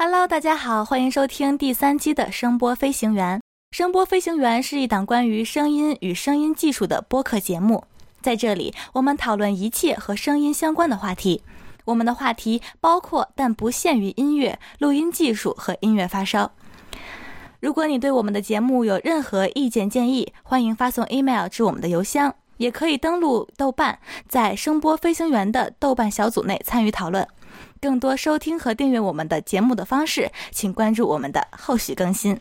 Hello， 大家好，欢迎收听第3期的声波飞行员。声波飞行员是一档关于声音与声音技术的播客节目，在这里我们讨论一切和声音相关的话题。我们的话题包括但不限于音乐、录音技术和音乐发烧。如果你对我们的节目有任何意见建议，欢迎发送 email 至我们的邮箱，也可以登录豆瓣，在声波飞行员的豆瓣小组内参与讨论。更多收听和订阅我们的节目的方式，请关注我们的后续更新。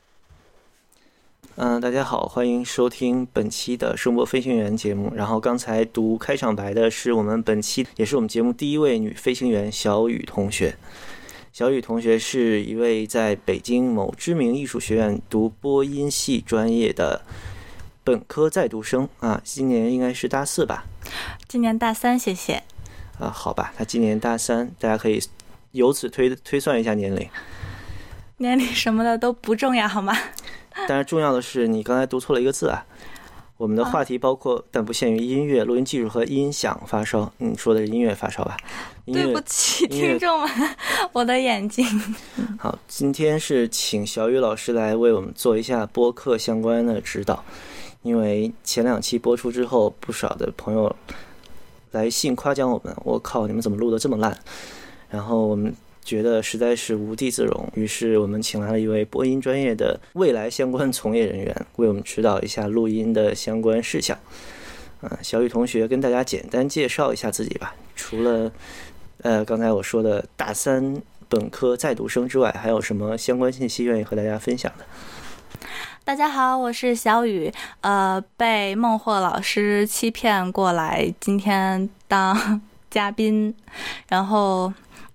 大家好，欢迎收听本期的声波飞行员节目。然后刚才读开场白的是我们本期也是我们节目第一位女飞行员小雨同学。小雨同学是一位在北京某知名艺术学院读播音系专业的本科在读生啊，今年应该是大4吧？ 今年大3，谢谢。 好吧，他今年大3，大家可以由此推算一下年龄。 年龄什么的都不重要，好吗？ 但是重要的是，你刚才读错了一个字啊。我们的话题包括但不限于音乐、录音技术和音响发烧。你说的是音乐发烧吧？ 对不起，听众们，我的眼睛。 好，今天是请小雨老师来为我们做一下播客相关的指导，因为前2期播出之后，不少的朋友来信夸奖我们，我靠，你们怎么录得这么烂？然后我们觉得实在是无地自容，于是我们请来了一位播音专业的未来相关从业人员，为我们指导一下录音的相关事项。小雨同学跟大家简单介绍一下自己吧。除了刚才我说的大3本科在读生之外，还有什么相关信息愿意和大家分享的？ 大家好，我是小雨，被孟获老师欺骗过来今天当嘉宾，然后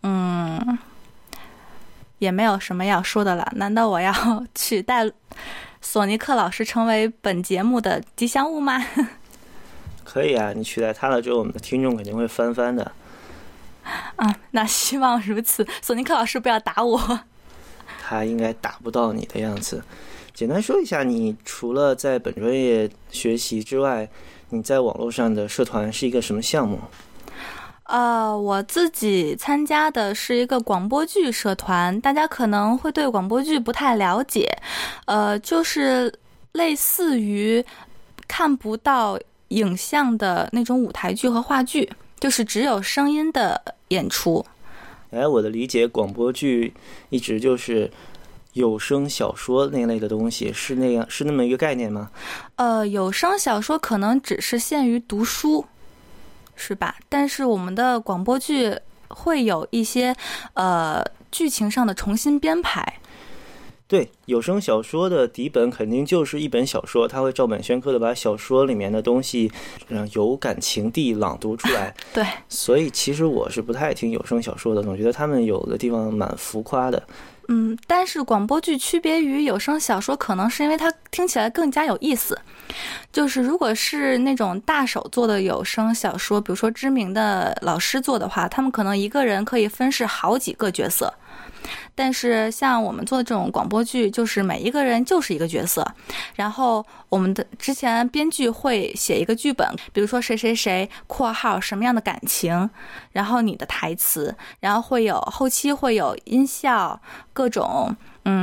也没有什么要说的了。难道我要取代索尼克老师成为本节目的吉祥物吗？ 可以啊，你取代他了之后，我们的听众肯定会翻的。 那希望如此。索尼克老师不要打我。 他应该打不到你的样子。简单说一下，你除了在本专业学习之外，你在网络上的社团是一个什么项目？ 我自己参加的是一个广播剧社团，大家可能会对广播剧不太了解，就是类似于看不到影像的那种舞台剧和话剧，就是只有声音的演出。 我的理解，广播剧一直就是有声小说那类的东西，是那么一个概念吗？ 有声小说可能只是限于读书，是吧？但是我们的广播剧会有一些剧情上的重新编排。 对，有声小说的底本肯定就是一本小说，它会照本宣科的把小说里面的东西有感情地朗读出来。 对， 所以其实我是不太爱听有声小说的，总觉得他们有的地方蛮浮夸的。 但是广播剧区别于有声小说，可能是因为它听起来更加有意思。就是如果是那种大手做的有声小说，比如说知名的老师做的话，他们可能一个人可以分饰好几个角色。但是像我们做的这种广播剧，就是每一个人就是一个角色，然后我们的之前编剧会写一个剧本，比如说谁谁谁括号什么样的感情，然后你的台词，然后会有后期会有音效，各种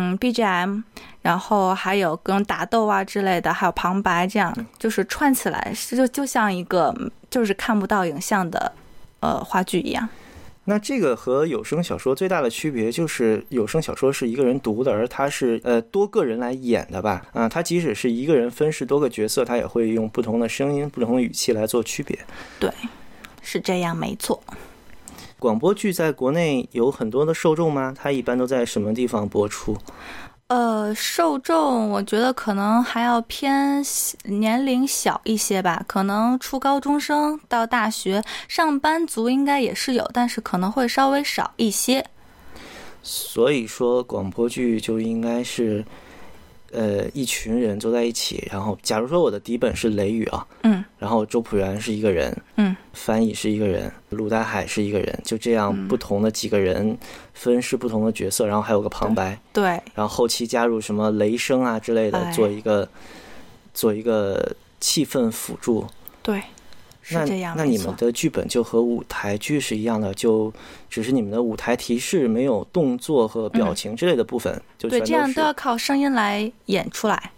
BGM， 然后还有各种打斗啊之类的，还有旁白，这样就是串起来就像一个就是看不到影像的话剧一样。 那这个和有声小说最大的区别就是有声小说是一个人读的，而它是多个人来演的吧？它即使是一个人分饰多个角色，它也会用不同的声音、不同的语气来做区别。 对，是这样，没错。 广播剧在国内有很多的受众吗？它一般都在什么地方播出？ 受众我觉得可能还要偏年龄小一些吧，可能初高中生到大学，上班族应该也是有，但是可能会稍微少一些。 所以说广播剧就应该是一群人坐在一起，然后假如说我的底本是雷雨啊，然后周朴园是一个人，翻译是一个人，鲁大海是一个人，就这样不同的几个人分饰不同的角色，然后还有个旁白， 对， 然后后期加入什么雷声啊之类的，做一个气氛辅助。 对， 是这样。 那你们的剧本就和舞台剧是一样的，就只是你们的舞台提示没有动作和表情之类的部分，就全都是。 对，这样都要靠声音来演出来。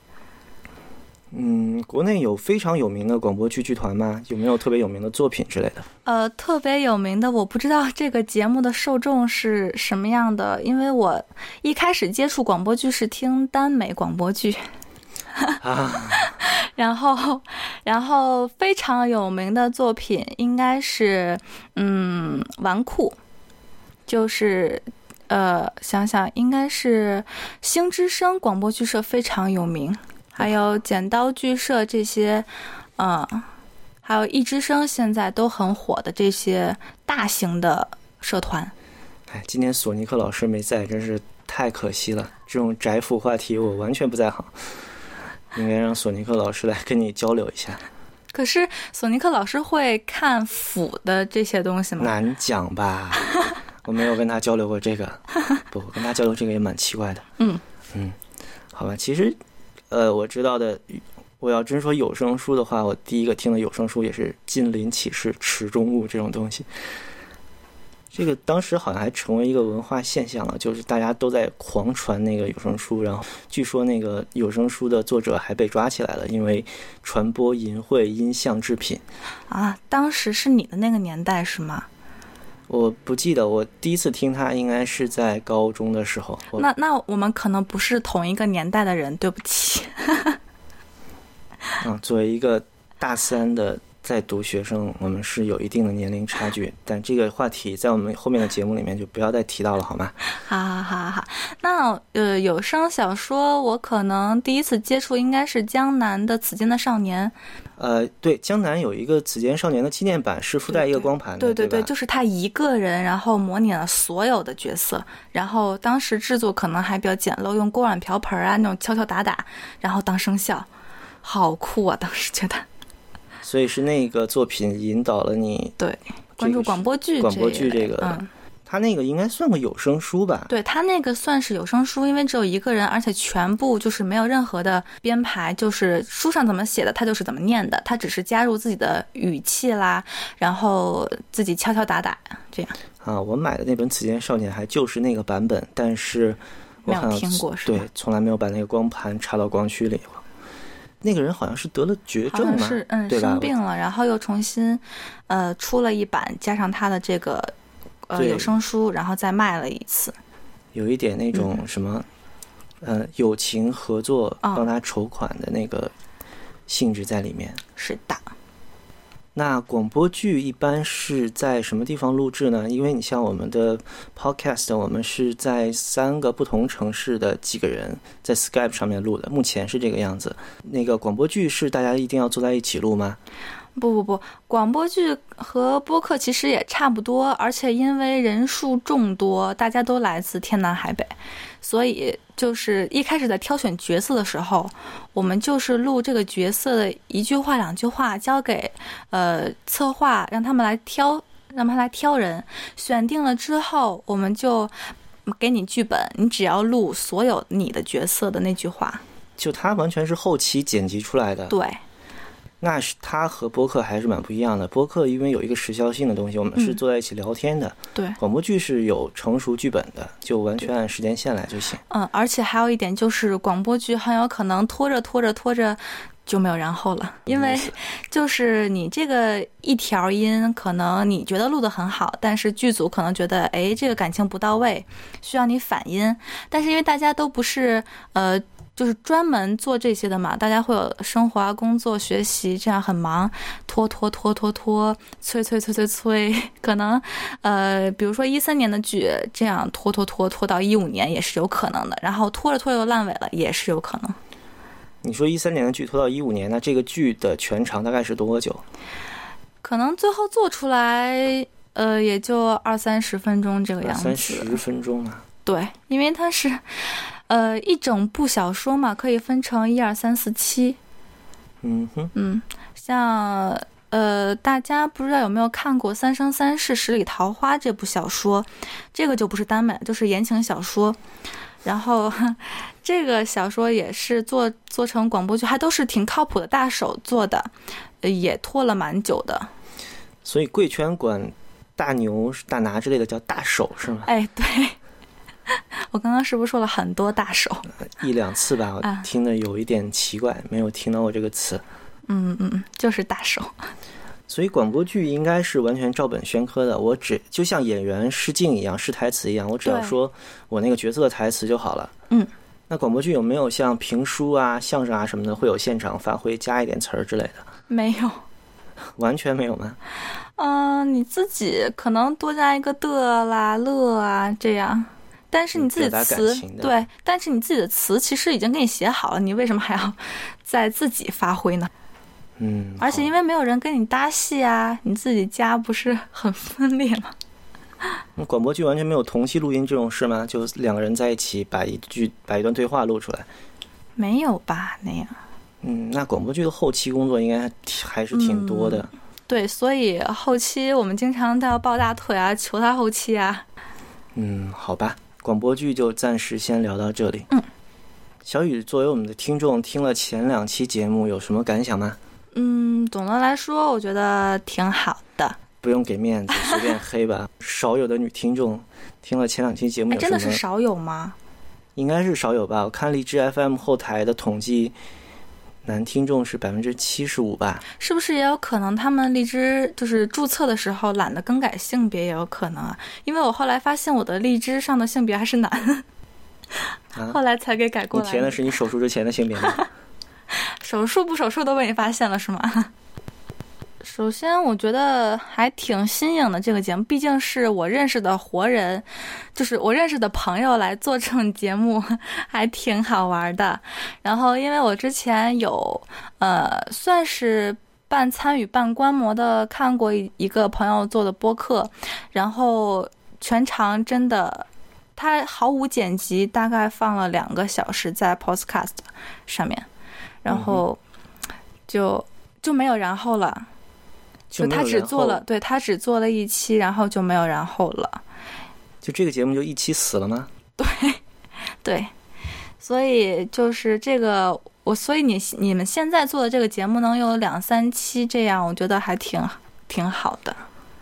国内有非常有名的广播剧剧团吗？有没有特别有名的作品之类的？ 特别有名的我不知道这个节目的受众是什么样的，因为我一开始接触广播剧是听耽美广播剧然后非常有名的作品应该是纨绔，就是想想应该是星之声广播剧社非常有名，还有剪刀剧社这些还有一之声现在都很火的这些大型的社团。 今天索尼克老师没在，真是太可惜了，这种宅腐话题我完全不在行，应该让索尼克老师来跟你交流一下。 可是索尼克老师会看腐的这些东西吗？ 难讲吧我没有跟他交流过这个不，我跟他交流这个也蛮奇怪的。好吧，其实我知道的，我要真说有声书的话，我第一个听的有声书也是《近邻启事》《池中物》这种东西。这个当时好像还成为一个文化现象了，就是大家都在狂传那个有声书，然后据说那个有声书的作者还被抓起来了，因为传播淫秽音像制品啊。当时是你的那个年代是吗？ 我不记得，我第一次听他应该是在高中的时候。 那我们可能不是同一个年代的人，对不起作为一个大三的在读学生，我们是有一定的年龄差距，但这个话题在我们后面的节目里面就不要再提到了，好吗？ 好。那有声小说我可能第一次接触应该是江南的《紫金的少年》。 对，江南有一个《紫金少年》的纪念版，是附带一个光盘的。 对，就是他一个人，然后模拟了所有的角色，然后当时制作可能还比较简陋，用锅碗瓢盆啊那种敲敲打打，然后当声效，好酷啊！当时觉得。 所以是那个作品引导了你对关注广播剧这个。他那个应该算个有声书吧？ 对，他那个算是有声书，因为只有一个人，而且全部就是没有任何的编排，就是书上怎么写的他就是怎么念的，他只是加入自己的语气啦，然后自己敲敲打打这样。 我买的那本《紫金少年》还就是那个版本，但是我好像没有听过，是吧？ 对，从来没有把那个光盘插到光驱里过。那个人好像是得了绝症嘛， 是对吧？ 生病了，然后又重新出了一版，加上他的这个有声书，然后再卖了一次， 有一点那种什么友情合作帮他筹款的那个性质在里面。 是的。 那广播剧一般是在什么地方录制呢？因为你像我们的 podcast， 我们是在3个不同城市的几个人在 Skype 上面录的，目前是这个样子。那个广播剧是大家一定要坐在一起录吗？ 不，广播剧和播客其实也差不多，而且因为人数众多，大家都来自天南海北，所以就是一开始在挑选角色的时候，我们就是录这个角色的1句话2句话，交给策划，让他们来挑人，选定了之后，我们就给你剧本，你只要录所有你的角色的那句话， 就它完全是后期剪辑出来的。 对。 那是它和播客还是蛮不一样的。播客因为有一个时效性的东西，我们是坐在一起聊天的。 对， 广播剧是有成熟剧本的，就完全按时间线来就行。 而且还有一点就是广播剧很有可能拖着就没有然后了，因为就是你这个一条音可能你觉得录得很好，但是剧组可能觉得这个感情不到位，需要你反音，但是因为大家都不是就是专门做这些的嘛，大家会有生活啊、工作、学习，这样很忙，拖，催，可能比如说13年的剧，这样拖到15年也是有可能的，然后拖着又烂尾了，也是有可能。 你说13年的剧拖到15年，那这个剧的全长大概是多久？ 可能最后做出来也就20-30分钟这个样子。 30分钟啊？ 对，因为它是一整部小说嘛，可以分成1、2、3、4、7。像大家不知道有没有看过《三生三世十里桃花》这部小说，这个就不是耽美，就是言情小说。然后这个小说也是做成广播剧，还都是挺靠谱的大手做的，也拖了蛮久的。 所以贵圈管大牛、大拿之类的叫大手是吗？ 哎，对，我刚刚是不是说了很多大手？ 一两次吧，我听得有一点奇怪，没有听到过这个词。 就是大手。 所以广播剧应该是完全照本宣科的，我只就像演员试镜一样，试台词一样，我只要说我那个角色的台词就好了。那广播剧有没有像评书啊、相声啊什么的，会有现场发挥，加一点词儿之类的？ 没有， 完全没有吗？ 你自己可能多加一个的啦、乐啊这样，但是你自己的词，对，但是你自己的词其实已经给你写好了，你为什么还要再自己发挥呢？而且因为没有人跟你搭戏啊，你自己加不是很分裂吗？ 广播剧完全没有同期录音这种事吗？就两个人在一起把一段对话录出来？ 没有吧，那样。 那广播剧的后期工作应该还是挺多的。 对，所以后期我们经常都要抱大腿啊，求他后期啊。 好吧，广播剧就暂时先聊到这里。小雨作为我们的听众，听了前2期节目有什么感想吗？ 总的来说我觉得挺好的。 不用给面子，随便黑吧。少有的女听众听了前2期节目有什么？ 真的是少有吗？ 应该是少有吧。我看荔枝 FM 后台的统计，男听众是75%吧。 是不是也有可能他们荔枝就是注册的时候懒得更改性别，也有可能啊？因为我后来发现我的荔枝上的性别还是男，后来才给改过来。 你填的是你手术之前的性别吗？ 手术不手术都被你发现了是吗？首先我觉得还挺新颖的这个节目，毕竟是我认识的活人，就是我认识的朋友来做这种节目，还挺好玩的。然后因为我之前有算是半参与半观摩的看过一个朋友做的播客，然后全长真的他毫无剪辑，大概放了2个小时在 Podcast 上面，然后就没有然后了。就他只做了，对，他只做了1期，然后就没有然后了。 就这个节目就1期死了吗？ 对，所以就是这个所以你们现在做的这个节目能有2-3期这样，我觉得还挺好的。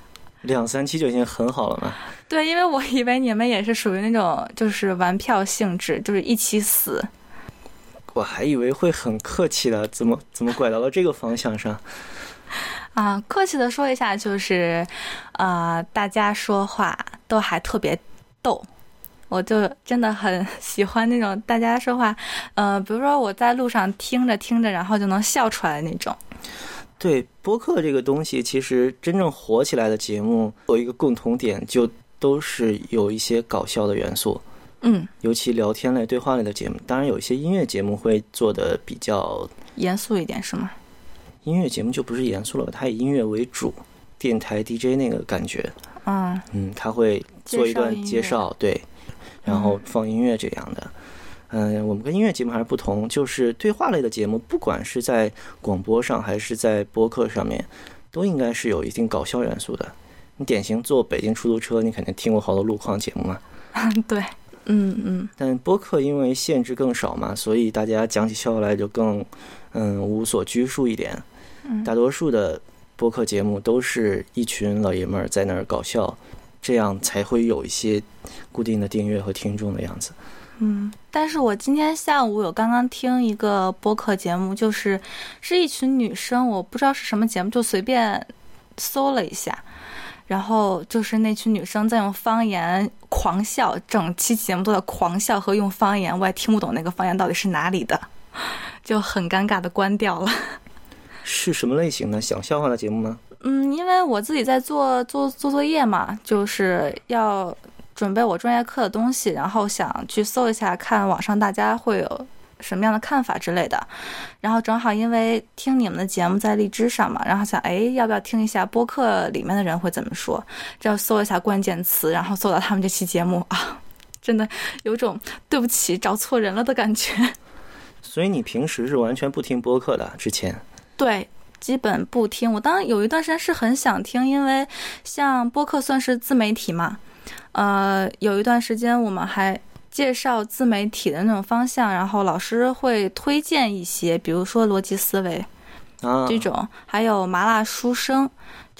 2-3期就已经很好了吗？ 对，因为我以为你们也是属于那种就是玩票性质，就是1期死。 我还以为会很客气的，怎么拐到了这个方向上？ 客气的说一下，就是大家说话都还特别逗，我就真的很喜欢那种大家说话，比如说我在路上听着听着，然后就能笑出来那种。 对，播客这个东西，其实真正火起来的节目有一个共同点，就都是有一些搞笑的元素。尤其聊天类、对话类的节目，当然有一些音乐节目会做的比较严肃一点，是吗？ 音乐节目就不是严肃了，它以音乐为主，电台 DJ 那个感觉。他会做一段介绍，对，然后放音乐这样的。我们跟音乐节目还是不同，就是对话类的节目，不管是在广播上还是在播客上面，都应该是有一定搞笑元素的。你典型坐北京出租车，你肯定听过好多路况节目嘛。 对， 但播客因为限制更少嘛，所以大家讲起笑来就更无所拘束一点。大多数的播客节目都是一群老爷们儿在那儿搞笑，这样才会有一些固定的订阅和听众的样子。 但是我今天下午有刚刚听一个播客节目，是一群女生，我不知道是什么节目，就随便搜了一下，然后就是那群女生在用方言狂笑，整期节目都在狂笑和用方言，我也听不懂那个方言到底是哪里的，就很尴尬的关掉了。 是什么类型的？讲笑话的节目吗？ 因为我自己在做作业嘛，就是要准备我专业课的东西，然后想去搜一下看网上大家会有什么样的看法之类的，然后正好因为听你们的节目在荔枝上嘛，然后想要不要听一下播客里面的人会怎么说，这要搜一下关键词，然后搜到他们这期节目真的有种对不起找错人了的感觉。 所以你平时是完全不听播客的？之前对，基本不听。我当然有一段时间是很想听，因为像播客算是自媒体嘛，有一段时间我们还介绍自媒体的那种方向，然后老师会推荐一些，比如说逻辑思维这种，还有麻辣书生这样。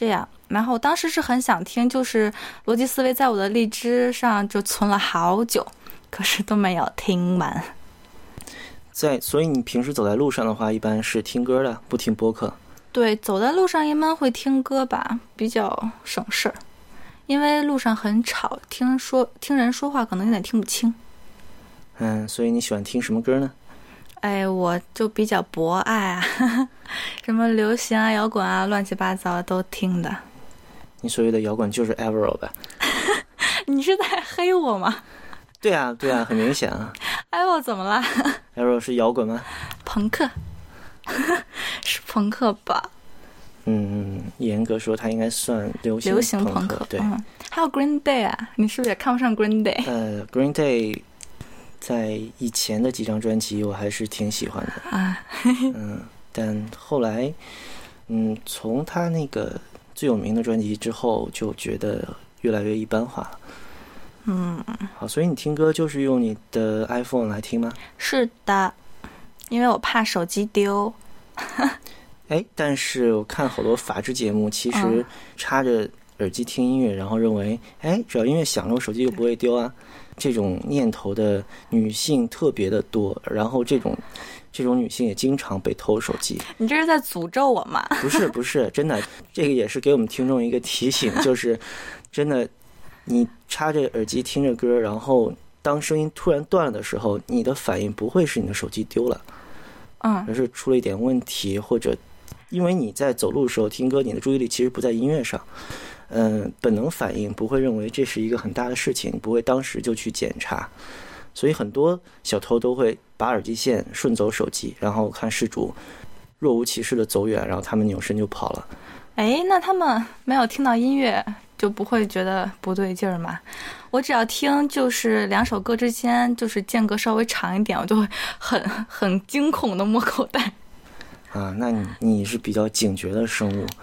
然后我当时是很想听，就是逻辑思维在我的荔枝上就存了好久，可是都没有听完。 所以你平时走在路上的话，一般是听歌的，不听播客？ 对，走在路上一般会听歌吧，比较省事儿，因为路上很吵，听人说话可能有点听不清。 所以你喜欢听什么歌呢？ 哎，我就比较博爱啊，什么流行啊、摇滚啊，乱七八糟都听的。 你所谓的摇滚就是 Avril 吧？ 你是在黑我吗？ 对啊，很明显啊。 Avril 怎么了？ Avril 是摇滚吗？ 朋克，是朋克吧？ 严格说，它应该算流行朋克。对， 还有 Green Day 啊，你是不是也看不上 Green Day？ Green Day 在以前的几张专辑我还是挺喜欢的啊。 但后来，从他那个最有名的专辑之后，就觉得越来越一般化了。好，所以你听歌就是用你的 iPhone 来听吗？ 是的，因为我怕手机丢。 但是我看好多法制节目，其实插着耳机听音乐，然后认为，只要音乐响了，我手机就不会丢啊。这种念头的女性特别的多，然后这种女性也经常被偷手机。 你这是在诅咒我吗？ 不是，真的，这个也是给我们听众一个提醒，就是真的，你插着耳机听着歌，然后当声音突然断了的时候，你的反应不会是你的手机丢了，而是出了一点问题，或者因为你在走路的时候听歌，你的注意力其实不在音乐上。本能反应不会认为这是一个很大的事情，不会当时就去检查，所以很多小偷都会把耳机线顺走手机，然后看失主若无其事的走远，然后他们扭身就跑了。 那他们没有听到音乐就不会觉得不对劲儿吗？我只要听就是两首歌之间就是间隔稍微长一点，我就会很惊恐的摸口袋。 那你是比较警觉的生物。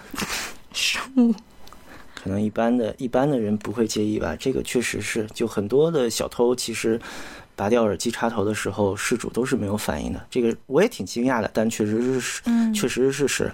可能一般的人不会介意吧，这个确实是，就很多的小偷其实拔掉耳机插头的时候，失主都是没有反应的，这个我也挺惊讶的，但确实是事实。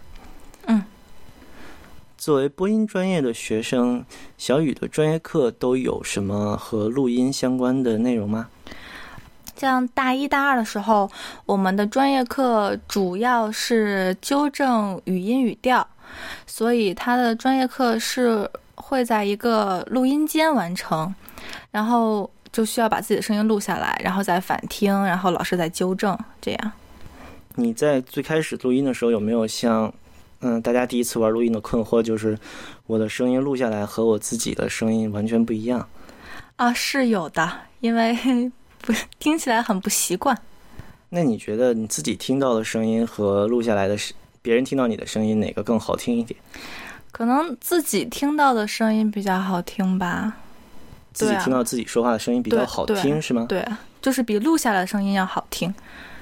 作为播音专业的学生，小雨的专业课都有什么和录音相关的内容吗？ 像大一大二的时候，我们的专业课主要是纠正语音语调，所以他的专业课是会在一个录音间完成，然后就需要把自己的声音录下来，然后再反听，然后老师再纠正，这样。 你在最开始录音的时候有没有像大家第一次玩录音的困惑，就是我的声音录下来和我自己的声音完全不一样？是有的，因为听起来很不习惯。那你觉得你自己听到的声音和录下来的别人听到你的声音哪个更好听一点？ 可能自己听到的声音比较好听吧。 自己听到自己说话的声音比较好听，是吗？ 对，就是比录下来的声音要好听。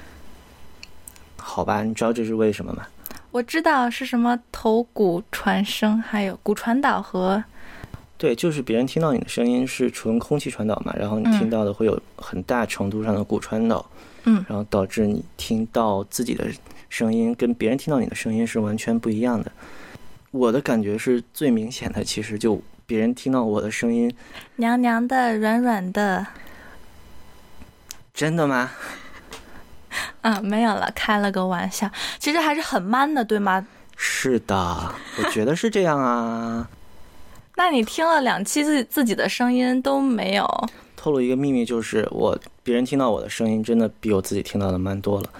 好吧，你知道这是为什么吗？ 我知道是什么头骨传声，还有骨传导和。 对，就是别人听到你的声音是纯空气传导嘛，然后你听到的会有很大程度上的骨传导，然后导致你听到自己的声音跟别人听到你的声音是完全不一样的。我的感觉是最明显的，其实就别人听到我的声音娘娘的软软的。 真的吗？ 没有了，开了个玩笑，其实还是很 man 的，对吗？ 是的，我觉得是这样啊。 那你听了2期自己的声音都没有？ 透露一个秘密，就是别人听到我的声音真的比我自己听到的慢多了。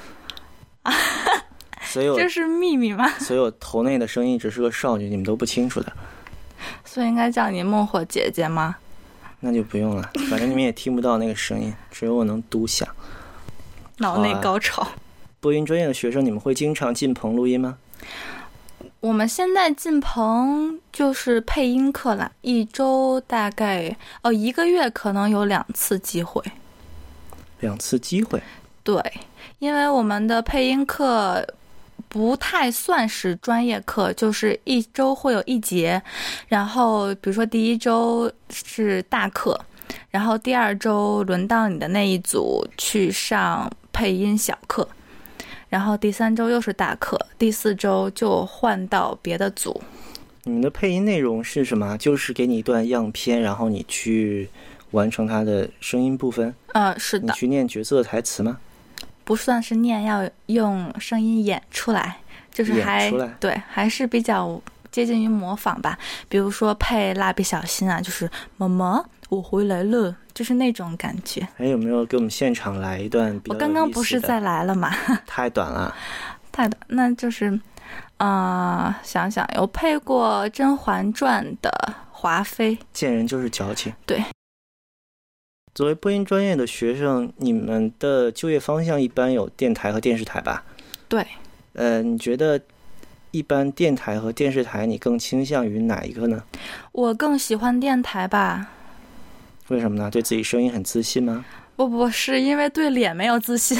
所以这是秘密吗？ 所以我头内的声音只是个少女，你们都不清楚的。 所以应该叫你孟获姐姐吗？ 那就不用了，反正你们也听不到那个声音，只有我能独享。 脑内高潮。 播音专业的学生，你们会经常进棚录音吗？ 我们现在进棚就是配音课啦，1周大概1个月可能有2次机会。 2次机会？对， 因为我们的配音课不太算是专业课，就是1周会有1节，然后比如说第1周是大课，然后第2周轮到你的那一组去上配音小课，然后第3周又是大课，第4周就换到别的组。 你们的配音内容是什么？就是给你一段样片，然后你去完成它的声音部分？ 是的。 你去念角色的台词吗？ 不算是念，要用声音演出来，就是演出来。 对，还是比较接近于模仿吧。比如说配蜡笔小新啊，就是妈妈我回来了，就是那种感觉。 还有没有给我们现场来一段比较有意思的？ 我刚刚不是再来了吗？ 太短了。 太短，那就是想想有配过《甄嬛传》的华妃。 见人就是矫情。 对。 作为播音专业的学生，你们的就业方向一般有电台和电视台吧？ 对。 你觉得一般电台和电视台你更倾向于哪一个呢？ 我更喜欢电台吧。 为什么呢？对自己声音很自信吗？ 不是因为对脸没有自信。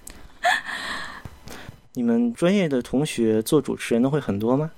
你们专业的同学做主持人的会很多吗？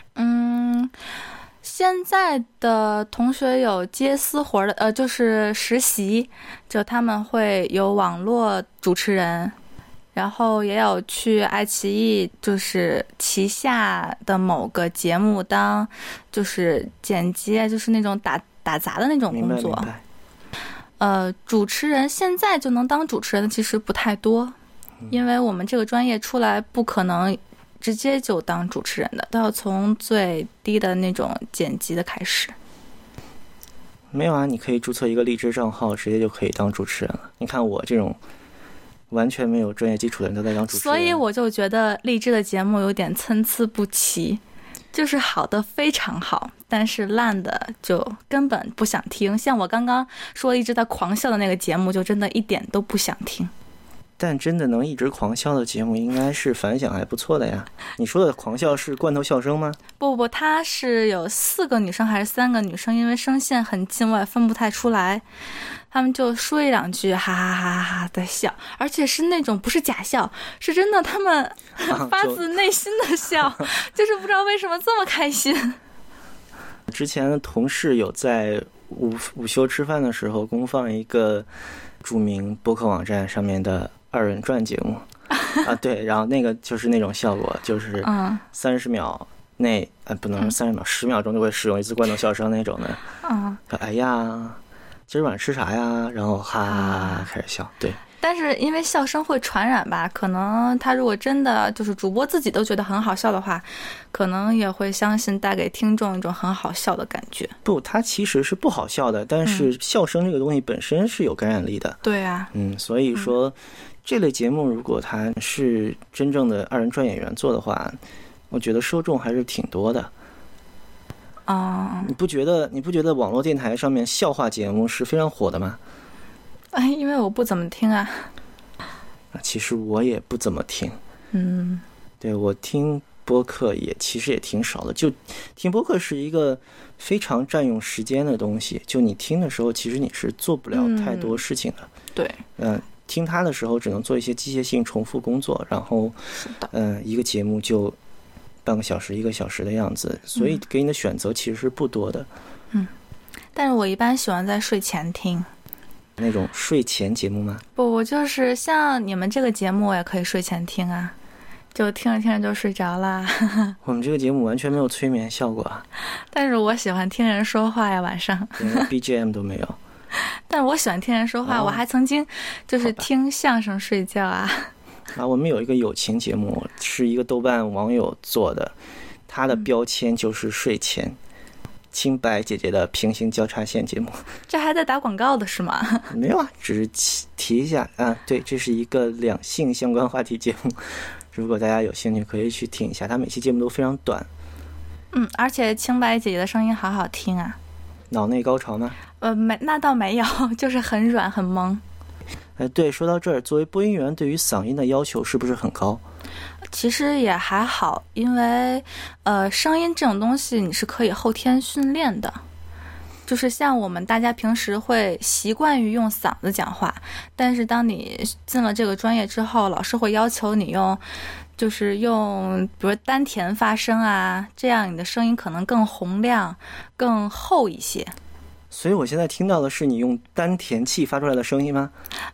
现在的同学有接私活的，就是实习，就他们会有网络主持人，然后也有去爱奇艺，就是旗下的某个节目当就是剪辑，就是那种打杂的那种工作。 明白。 主持人现在就能当主持人的其实不太多，因为我们这个专业出来不可能直接就当主持人的，都要从最低的那种剪辑的开始。 没有啊，你可以注册一个荔枝账号，直接就可以当主持人了。你看我这种完全没有专业基础的人都在当主持人， 所以我就觉得荔枝的节目有点参差不齐，就是好的非常好，但是烂的就根本不想听。像我刚刚说一直在狂笑的那个节目，就真的一点都不想听。 但真的能一直狂笑的节目应该是反响还不错的呀。你说的狂笑是罐头笑声吗？ 不，它是有4个女生还是3个女生，因为声线很近，我也分不太出来，他们就说一两句哈哈哈哈哈在笑，而且是那种不是假笑，是真的，他们发自内心的笑，就是不知道为什么这么开心。 之前的同事有在午休吃饭的时候公放一个著名播客网站上面的2人转节目啊，对，然后那个就是那种效果，就是30秒内不能30秒，10秒钟就会使用一次罐头笑声那种的。哎呀，今儿晚上吃啥呀？然后哈哈哈开始笑。对。 但是因为笑声会传染吧，可能他如果真的就是主播自己都觉得很好笑的话，可能也会相信带给听众一种很好笑的感觉。 不，它其实是不好笑的，但是笑声这个东西本身是有感染力的。 对啊。 所以说这类节目如果它是真正的2人转演员做的话，我觉得受众还是挺多的。你不觉得网络电台上面笑话节目是非常火的吗？ 因为我不怎么听啊。 其实我也不怎么听。对，我听播客其实也挺少的。就听播客是一个非常占用时间的东西，就你听的时候其实你是做不了太多事情的。 对。 听它的时候只能做一些机械性重复工作，然后一个节目就半个小时1个小时的样子，所以给你的选择其实是不多的。 但是我一般喜欢在睡前听。 那种睡前节目吗？ 不，我就是像你们这个节目我也可以睡前听啊，就听着听着就睡着啦。 我们这个节目完全没有催眠效果啊。 但是我喜欢听人说话呀，晚上连 BGM 都没有。 但是我喜欢听人说话，我还曾经就是听相声睡觉啊。 我们有一个友情节目，是一个豆瓣网友做的，他的标签就是睡前清白姐姐的平行交叉线节目。 这还在打广告的是吗？ 没有啊，只是提一下啊。对，这是一个两性相关话题节目，如果大家有兴趣可以去听一下，他每期节目都非常短。 而且清白姐姐的声音好好听啊。 脑内高潮吗？ 那倒没有，就是很软很萌。 对，说到这儿，作为播音员对于嗓音的要求是不是很高？ 其实也还好，因为声音这种东西你是可以后天训练的，就是像我们大家平时会习惯于用嗓子讲话，但是当你进了这个专业之后，老师会要求你用比如丹田发声啊，这样你的声音可能更洪亮更厚一些。 所以我现在听到的是你用丹田气发出来的声音吗？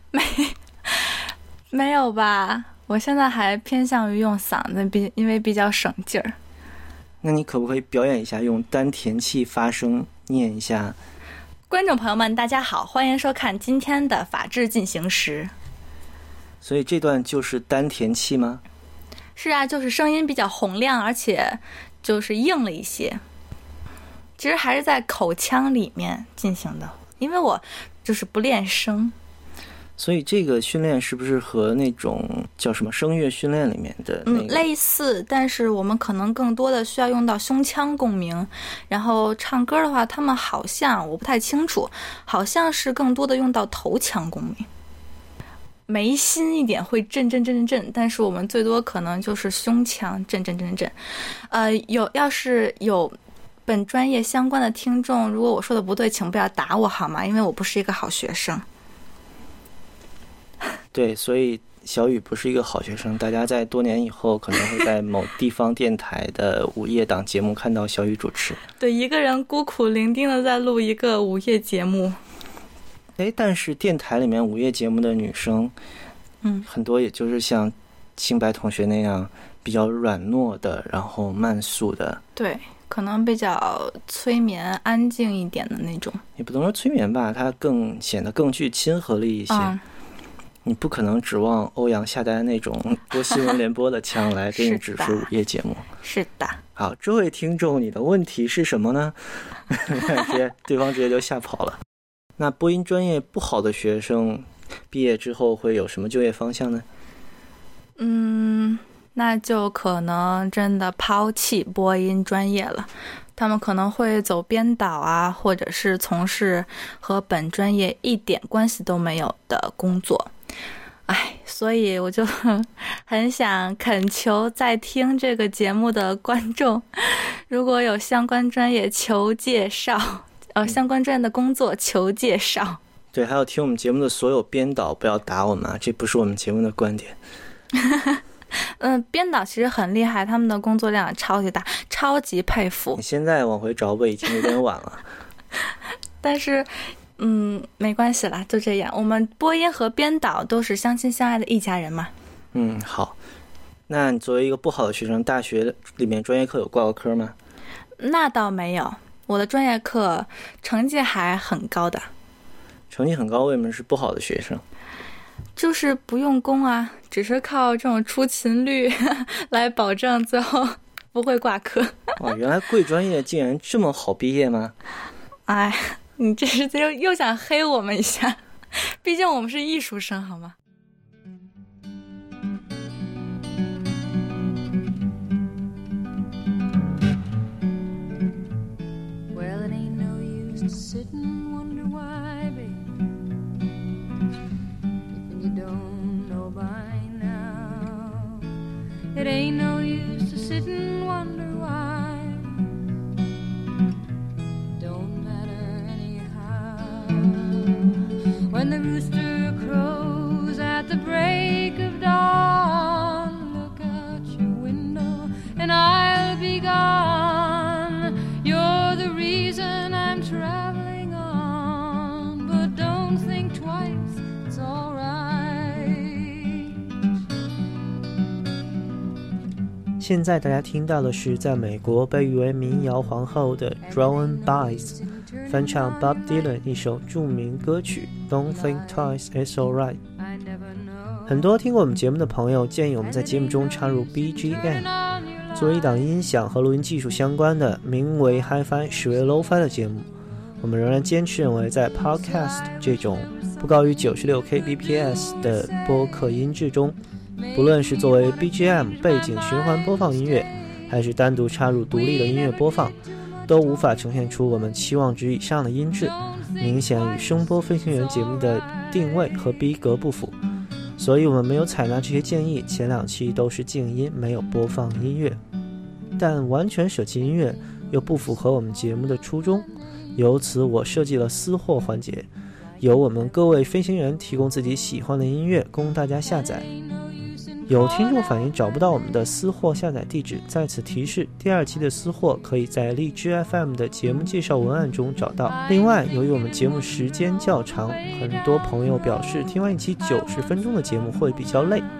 没有吧，我现在还偏向于用嗓子，因为比较省劲儿。 那你可不可以表演一下，用丹田气发声念一下？ 观众朋友们大家好，欢迎收看今天的法治进行时。 所以这段就是丹田气吗？ 是啊，就是声音比较洪亮，而且就是硬了一些。其实还是在口腔里面进行的，因为我就是不练声。 所以这个训练是不是和那种叫什么声乐训练里面的类似，但是我们可能更多的需要用到胸腔共鸣，然后唱歌的话他们好像我不太清楚，好像是更多的用到头腔共鸣，眉心一点会震震震震震，但是我们最多可能就是胸腔震震震震。要是有本专业相关的听众，如果我说的不对，请不要打我好吗？因为我不是一个好学生。 对，所以小雨不是一个好学生，大家在多年以后可能会在某地方电台的午夜档节目看到小雨主持。 对，一个人孤苦伶仃的在录一个午夜节目。 但是电台里面午夜节目的女生，很多也就是像清白同学那样比较软糯的，然后慢速的。 对，可能比较催眠、安静一点的那种。 也不能说催眠吧，它显得更具亲和力一些。你不可能指望欧阳夏丹那种播新闻联播的腔来给你指出午夜节目。 是的。 好，这位听众，你的问题是什么呢？对方直接就吓跑了。那播音专业不好的学生毕业之后会有什么就业方向呢？ 那就可能真的抛弃播音专业了，他们可能会走编导啊，或者是从事和本专业一点关系都没有的工作。所以我就很想恳求在听这个节目的观众，如果有相关专业求介绍，相关专业的工作求介绍。 对，还有听我们节目的所有编导不要打我们啊，这不是我们节目的观点。 编导其实很厉害，他们的工作量超级大，超级佩服。 你现在往回找我已经有点晚了。 但是没关系啦，就这样。我们播音和编导都是相亲相爱的一家人嘛。 好。那你作为一个不好的学生，大学里面专业课有挂过科吗？ 那倒没有，我的专业课成绩还很高的。 成绩很高，为什么是不好的学生？ 就是不用功啊，只是靠这种出勤率来保证最后不会挂科。 哇，原来贵专业竟然这么好毕业吗？ 你这是又想黑我们一下，毕竟我们是艺术生好吗？ Well, it ain't no use to sit and wonder why, baby, if you don't know by now. It ain't no use to sit and wonder why. When the rooster crows at the break of dawn, look out your window and I'll be gone. You're the reason I'm traveling on, but don't think twice, it's all right. 现在大家听到的是在美国被誉为民谣皇后的 Joan Baez翻唱 Bob Dylan 一首著名歌曲 Don't Think Twice, It's Alright。 很多听过我们节目的朋友建议我们在节目中插入 BGM， 作为一档音响和录音技术相关的名为 Hi-Fi 实为 Lo-Fi 的节目，我们仍然坚持认为在 Podcast 这种不高于 96kbps 的播客音质中，不论是作为 BGM 背景循环播放音乐，还是单独插入独立的音乐播放，都无法呈现出我们期望值以上的音质，明显与声波飞行员节目的定位和逼格不符，所以我们没有采纳这些建议，前2期都是静音，没有播放音乐。但完全舍弃音乐又不符合我们节目的初衷，由此我设计了私货环节，由我们各位飞行员提供自己喜欢的音乐供大家下载。有听众反映找不到我们的私货下载地址，在此提示，第2期的私货可以在荔枝 FM 的节目介绍文案中找到。另外，由于我们节目时间较长，很多朋友表示听完一期90分钟的节目会比较累，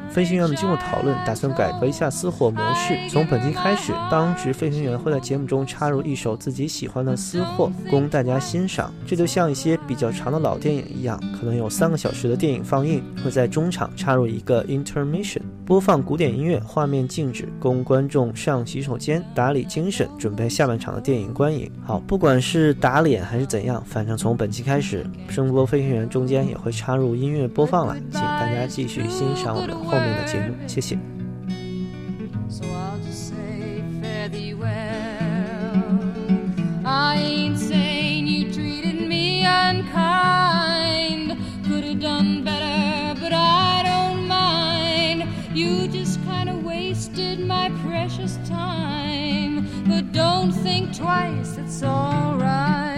飞行员们经过讨论，打算改革一下私货模式。从本期开始，当值飞行员会在节目中插入一首自己喜欢的私货，供大家欣赏。这就像一些比较长的老电影一样，可能有3个小时的电影放映，会在中场插入一个 intermission， 播放古典音乐，画面静止，供观众上洗手间打理精神，准备下半场的电影观影。好，不管是打脸还是怎样，反正从本期开始，声波飞行员中间也会插入音乐播放了，请大家继续欣赏我们后面的节目，谢谢。 So I'll just say fare thee well. I ain't saying you treated me unkind. Could have done better, but I don't mind. You just kind of wasted my precious time. But don't think twice, it's all right.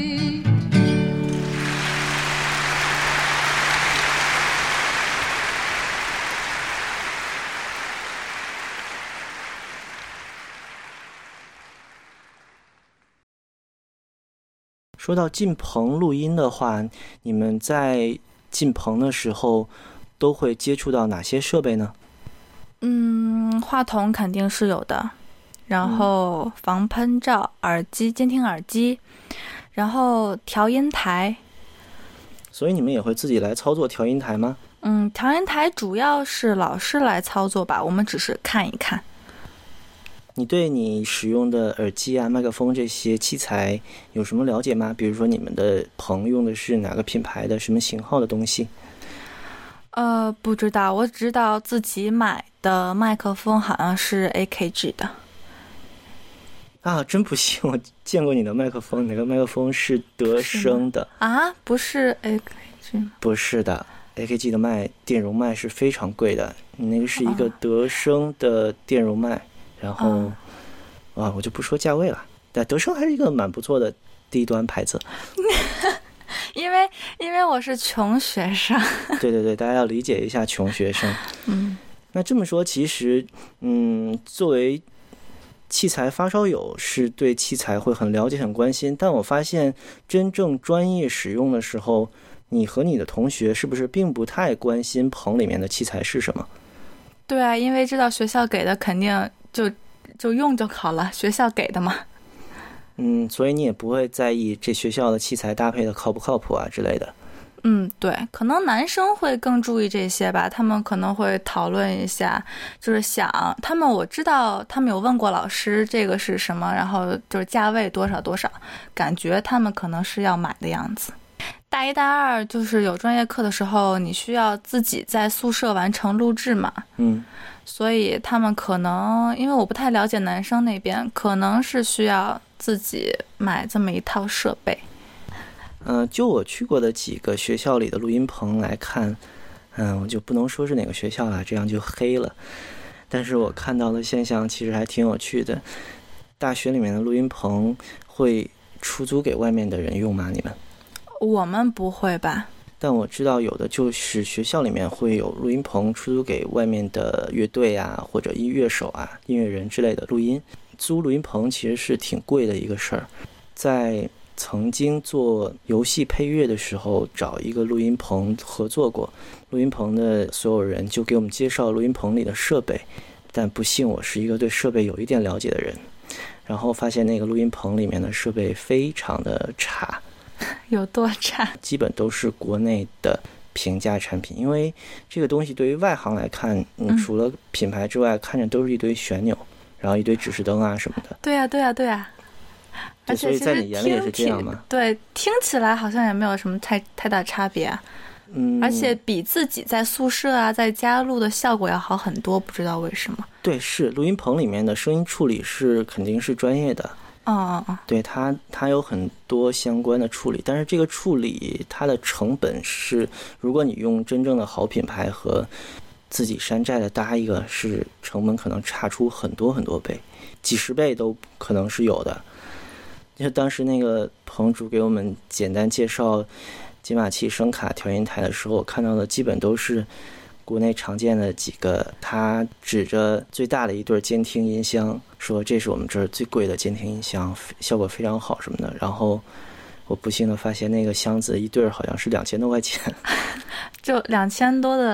说到进棚录音的话，你们在进棚的时候都会接触到哪些设备呢？ 话筒肯定是有的，然后防喷罩、耳机、监听耳机，然后调音台。 所以你们也会自己来操作调音台吗？ 调音台主要是老师来操作吧，我们只是看一看。 你对你使用的耳机啊、麦克风这些器材有什么了解吗？比如说你们的棚用的是哪个品牌的、什么型号的东西？ 不知道，我知道自己买的麦克风好像是 AKG 的。 啊，真不信，我见过你的麦克风，你那个麦克风是德声的啊？不是 AKG 吗？ 不是的 ，AKG 的麦电容麦是非常贵的，你那个是一个德声的电容麦。然后，我就不说价位了，但德声还是一个蛮不错的低端牌子。 因为我是穷学生。 对，大家要理解一下穷学生。那这么说，其实，作为器材发烧友，是对器材会很了解、很关心。但我发现，真正专业使用的时候，你和你的同学是不是并不太关心棚里面的器材是什么？ 对啊，因为知道学校给的肯定就用就好了，学校给的嘛。 所以你也不会在意这学校的器材搭配的靠不靠谱啊之类的。 对，可能男生会更注意这些吧，他们可能会讨论一下，就是我知道他们有问过老师这个是什么，然后就是价位多少多少，感觉他们可能是要买的样子。大1大2就是有专业课的时候，你需要自己在宿舍完成录制嘛。所以他们可能，因为我不太了解男生那边，可能是需要自己买这么一套设备。 就我去过的几个学校里的录音棚来看，我就不能说是哪个学校了，这样就黑了。但是我看到的现象其实还挺有趣的。大学里面的录音棚会出租给外面的人用吗？你们？ 我们不会吧？ 但我知道有的就是学校里面会有录音棚出租给外面的乐队啊，或者乐手啊、音乐人之类的录音。租录音棚其实是挺贵的一个事儿。在曾经做游戏配乐的时候，找一个录音棚合作过，录音棚的所有人就给我们介绍录音棚里的设备，但不幸我是一个对设备有一点了解的人，然后发现那个录音棚里面的设备非常的差。 有多差？ 基本都是国内的平价产品，因为这个东西对于外行来看，除了品牌之外，看着都是一堆旋钮，然后一堆指示灯啊什么的。 对啊。而且所以在你眼里也是这样吗？ 对，听起来好像也没有什么太大差别啊。而且比自己在宿舍啊在家录的效果要好很多，不知道为什么。对， 是录音棚里面的声音处理是肯定是专业的。对，它有很多相关的处理，但是这个处理它的成本是，如果你用真正的好品牌和自己山寨的搭一个，是成本可能差出很多很多倍，几十倍都可能是有的。就当时那个棚主给我们简单介绍解码器、声卡、调音台的时候，我看到的基本都是国内常见的几个，他指着最大的一对监听音箱说这是我们这儿最贵的监听音箱，效果非常好什么的。然后我不幸的发现那个箱子一对好像是2000多块钱。 就2000多的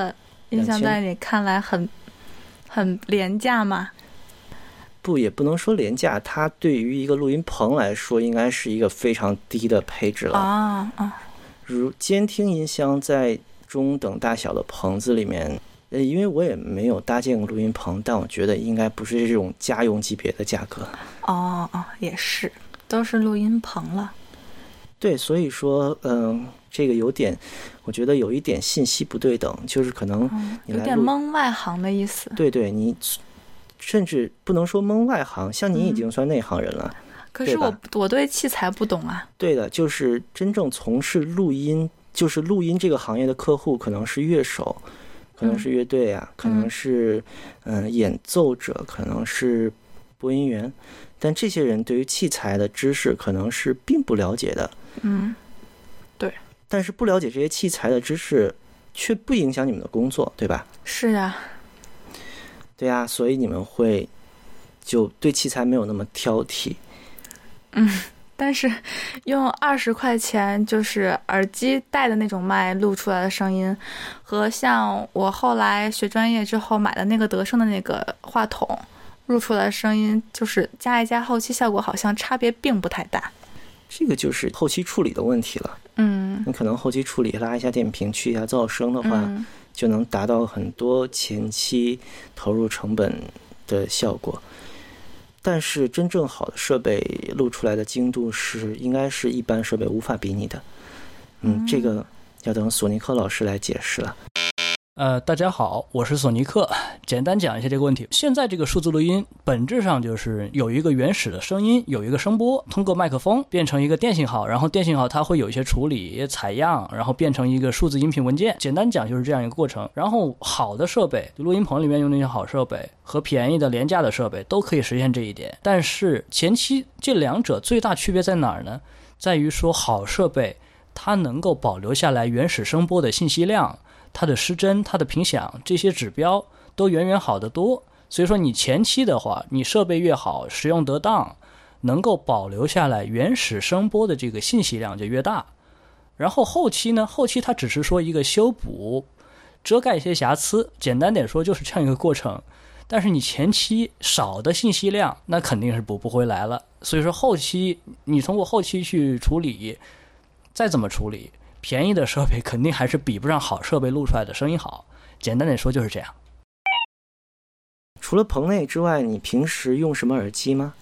音响在你看来很廉价吗？ 不，也不能说廉价，它对于一个录音棚来说，应该是一个非常低的配置了。如监听音箱在中等大小的棚子里面，因为我也没有搭建过录音棚，但我觉得应该不是这种家用级别的价格。 也是，都是录音棚了。 对，所以说，这个我觉得有一点信息不对等，就是可能你来有点蒙外行的意思。 对，你甚至不能说蒙外行，像你已经算内行人了。 可是我对器材不懂啊。 对的，就是真正从事录音，就是录音这个行业的客户，可能是乐手，可能是乐队啊，可能是演奏者，可能是播音员，但这些人对于器材的知识可能是并不了解的。 对。 但是不了解这些器材的知识，却不影响你们的工作，对吧？ 是啊。 对啊，所以你们会就对器材没有那么挑剔。 但是用20块钱就是耳机带的那种麦录出来的声音，和像我后来学专业之后买的那个德胜的那个话筒录出来的声音，就是加一加后期效果好像差别并不太大。 这个就是后期处理的问题了。你可能后期处理拉一下电瓶去一下噪声的话，就能达到很多前期投入成本的效果。但是真正好的设备录出来的精度应该是一般设备无法比拟的。这个要等索尼克老师来解释了。 大家好，我是索尼克。简单讲一下这个问题。现在这个数字录音本质上就是有一个原始的声音，有一个声波，通过麦克风变成一个电信号，然后电信号它会有一些处理采样，然后变成一个数字音频文件。简单讲就是这样一个过程。然后好的设备，录音棚里面用那些好设备和便宜的廉价的设备都可以实现这一点。但是前期这两者最大区别在哪儿呢？在于说好设备它能够保留下来原始声波的信息量，它的失真、它的频响，这些指标都远远好得多。所以说你前期的话，你设备越好，使用得当，能够保留下来原始声波的这个信息量就越大。然后后期呢，后期它只是说一个修补、遮盖一些瑕疵，简单点说就是这样一个过程。但是你前期少的信息量，那肯定是补不回来了。所以说后期你通过后期去处理，再怎么处理，便宜的设备肯定还是比不上好设备录出来的声音好。简单点说就是这样。 除了棚内之外，你平时用什么耳机吗？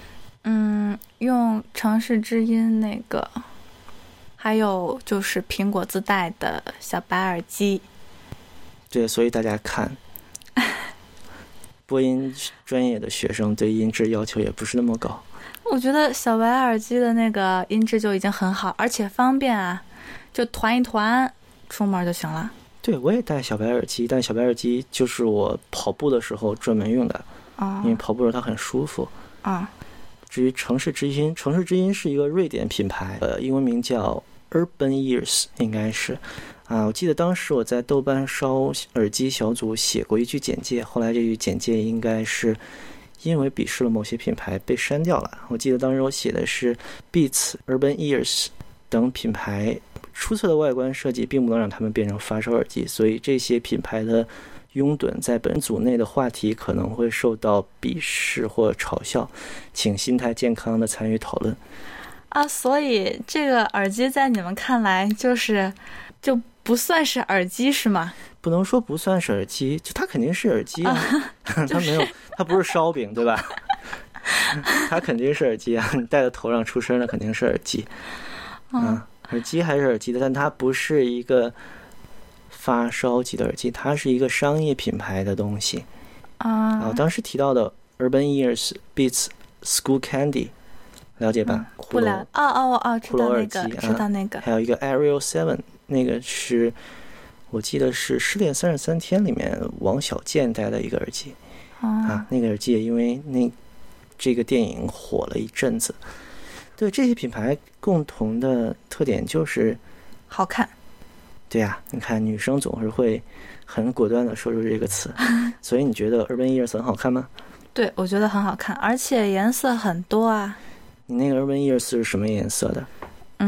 用城市之音那个，还有就是苹果自带的小白耳机。 对，所以大家看，播音专业的学生对音质要求也不是那么高。 我觉得小白耳机的那个音质就已经很好，而且方便啊，就团一团出门就行了。 对，我也戴小白耳机，但小白耳机就是我跑步的时候专门用的，因为跑步的时候它很舒服。至于城市之音，城市之音是一个瑞典品牌，英文名叫 Urban Ears， 应该是。我记得当时我在豆瓣烧耳机小组写过一句简介，后来这句简介应该是因为鄙视了某些品牌被删掉了。我记得当时我写的是 Beats、Urban Ears 等品牌出色的外观设计并不能让他们变成发烧耳机，所以这些品牌的拥趸在本组内的话题可能会受到鄙视或嘲笑，请心态健康的参与讨论。 所以这个耳机在你们看来就不算是耳机是吗？ 不能说不算是耳机，就它肯定是耳机啊，它没有，它不是烧饼对吧？它肯定是耳机啊，你戴在头上出声的肯定是耳机。耳机还是耳机的，但它不是一个发烧级的耳机，它是一个商业品牌的东西。我当时提到的 Urban Ears、Beats、School Candy， 了解吧？ 不了。知道那个，知道那个。 还有一个 Ariel 7， 那个是我记得是《失恋33天》里面王小贱戴的一个耳机。那个耳机也因为这个电影火了一阵子。对，这些品牌共同的特点就是好看。 对呀，你看女生总是会很果断的说出这个词。所以你觉得 Urban Ears 很好看吗？ 对，我觉得很好看，而且颜色很多啊。 你那个 Urban Ears 是什么颜色的？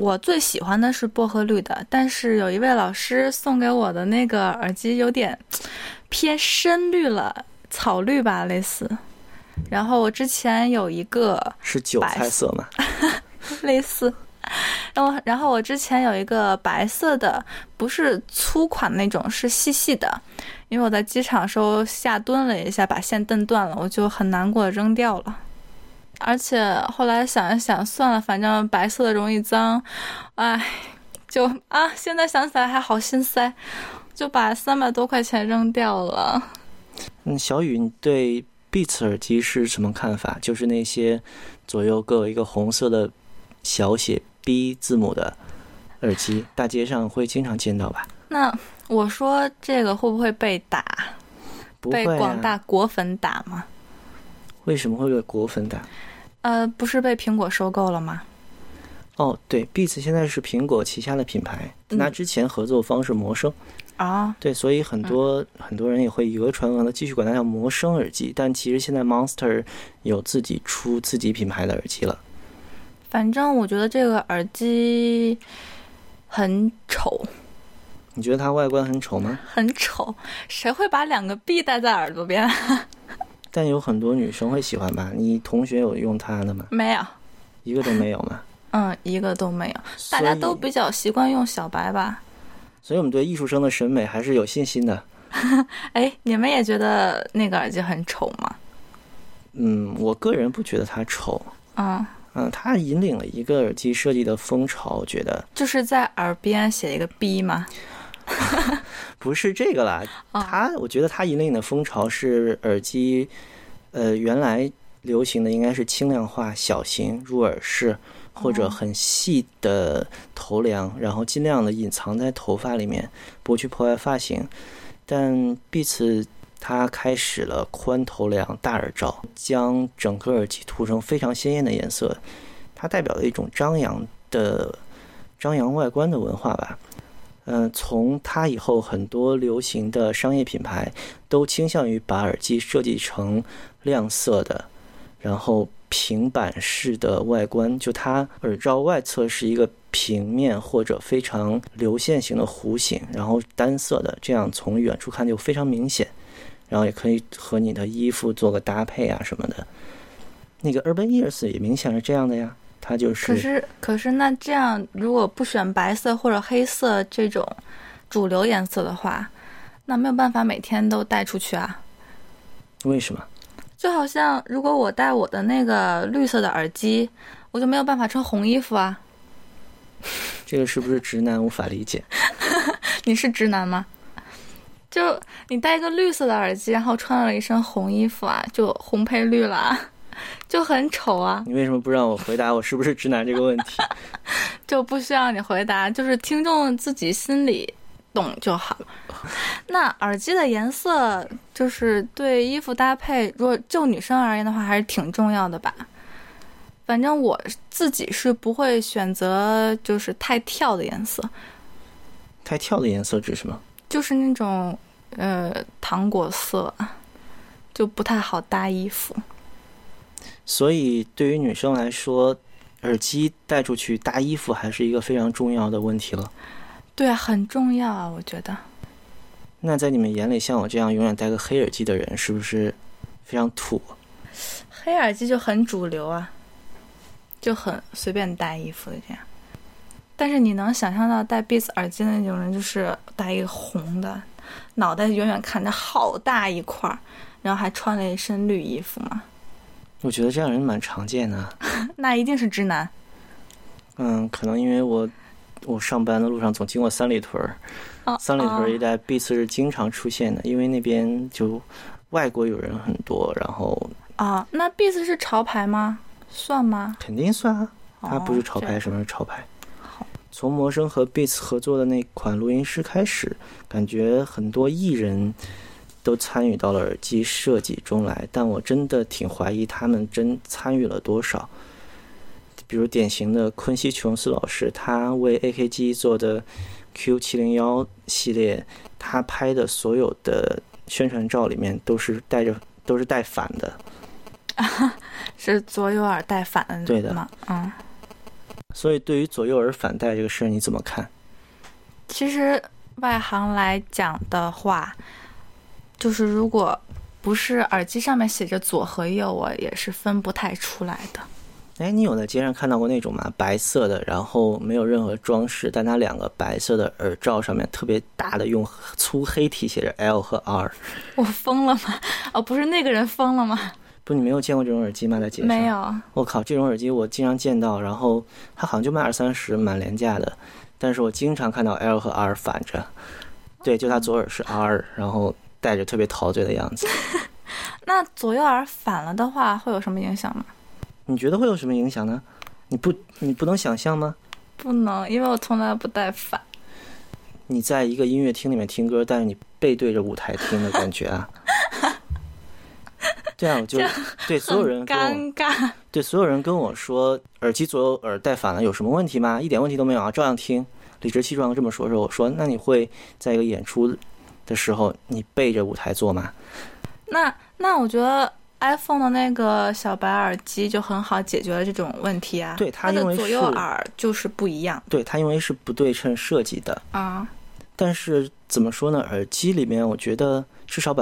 我最喜欢的是薄荷绿的，但是有一位老师送给我的那个耳机有点偏深绿了，草绿吧类似。然后我之前有一个是韭菜色吗？ 类似。然后我之前有一个白色的，不是粗款那种，是细细的，因为我在机场时候下蹲了一下，把线蹬断了，我就很难过扔掉了。而且后来想一想，算了，反正白色的容易脏，哎，现在想起来还好心塞，就把300多块钱扔掉了。 小雨，你对 Beats 耳机是什么看法？就是那些左右各有一个红色的小写 B 字母的耳机，大街上会经常见到吧？ 那我说这个会不会被打？ 不会啊， 被广大果粉打吗？ 为什么会被果粉打？ 不是被苹果收购了吗？ 哦，对 ，Beats 现在是苹果旗下的品牌，那之前合作方是魔声啊， 对，所以很多人也会以讹传讹的继续管它叫魔声耳机，但其实现在 Monster 有自己出自己品牌的耳机了。 反正我觉得这个耳机很丑。 你觉得它外观很丑吗？ 很丑，谁会把2个 B 戴在耳朵边？ 但有很多女生会喜欢吧？你同学有用它的吗？ 没有， 一个都没有吗？ 一个都没有。大家都比较习惯用小白吧。 所以我们对艺术生的审美还是有信心的。 哎，你们也觉得那个耳机很丑吗？ 我个人不觉得它丑。它引领了一个耳机设计的风潮，我觉得。 就是在耳边写一个 B 吗？ 不是这个啦，我觉得它引领的风潮是耳机，原来流行的应该是轻量化、小型、入耳式，或者很细的头梁，然后尽量的隐藏在头发里面，不去破坏发型。但 Beats 它开始了宽头梁、大耳罩，将整个耳机涂成非常鲜艳的颜色，它代表了一种张扬外观的文化吧。从它以后，很多流行的商业品牌都倾向于把耳机设计成亮色的，然后平板式的外观，就它耳罩外侧是一个平面或者非常流线型的弧形，然后单色的，这样从远处看就非常明显，然后也可以和你的衣服做个搭配啊什么的。那个 Urban Ears 也明显是这样的呀。它就是， 可是那这样，如果不选白色或者黑色这种主流颜色的话，那没有办法每天都带出去啊。 为什么？ 就好像如果我戴我的那个绿色的耳机，我就没有办法穿红衣服啊。 这个是不是直男无法理解？ 你是直男吗？就你戴一个绿色的耳机，然后穿了一身红衣服啊，就红配绿了。就很丑啊！ 你为什么不让我回答我是不是直男这个问题？ 就不需要你回答，就是听众自己心里懂就好。那耳机的颜色就是对衣服搭配，如果就女生而言的话，还是挺重要的吧。反正我自己是不会选择就是太跳的颜色。 太跳的颜色指什么？ 就是那种糖果色，就不太好搭衣服。 所以对于女生来说，耳机带出去搭衣服还是一个非常重要的问题了。 对啊，很重要啊，我觉得。 那在你们眼里，像我这样永远戴个黑耳机的人，是不是非常土？ 黑耳机就很主流啊，就很随便戴衣服的这样。但是你能想象到戴 Beats 耳机的那种人，就是戴一个红的，脑袋远远看着好大一块，然后还穿了一身绿衣服吗？ 我觉得这样人蛮常见的。 那一定是直男。 可能因为我上班的路上总经过三里屯，三里屯一带 Beats 是经常出现的，因为那边就外国友人很多，然后那 Beats 是潮牌吗？算吗？ 肯定算啊，它不是潮牌，什么是潮牌？从魔声和 Beats 合作的那款录音师开始，感觉很多艺人都参与到了耳机设计中来，但我真的挺怀疑他们真参与了多少。比如典型的昆西琼斯老师，他为 AKG 做的 Q701 系列，他拍的所有的宣传照里面都是带反的。 是左右耳带反的吗？ 对的。 所以对于左右耳反戴这个事儿你怎么看？ 其实外行来讲的话，就是如果不是耳机上面写着左和右，我也是分不太出来的。 哎，你有在街上看到过那种吗？白色的，然后没有任何装饰，但它两个白色的耳罩上面特别大的用粗黑体写着 L 和 R。 我疯了吗？哦，不是那个人疯了吗？ 不，你没有见过这种耳机吗？在街上？ 没有。 我靠，这种耳机我经常见到，然后它好像就卖20-30，蛮廉价的，但是我经常看到 L 和 R 反着。对，就它左耳是 R， 然后戴着特别陶醉的样子。 那左右耳反了的话会有什么影响吗？ 你觉得会有什么影响呢？你不能想象吗？ 不能，因为我从来不戴反。 你在一个音乐厅里面听歌，但是你背对着舞台听的感觉啊。对啊，我就对所有人尴尬。 对所有人跟我说，耳机左右耳戴反了有什么问题吗？一点问题都没有啊，照样听。理直气壮的这么说时候，我说那你会在一个演出的时候你背着舞台做吗？ 那我觉得 iPhone 的那个小白耳机就很好解决了这种问题啊。 对，它因为的左右耳就是不一样。 对，它因为是不对称设计的啊。 但是怎么说呢？耳机里面我觉得至少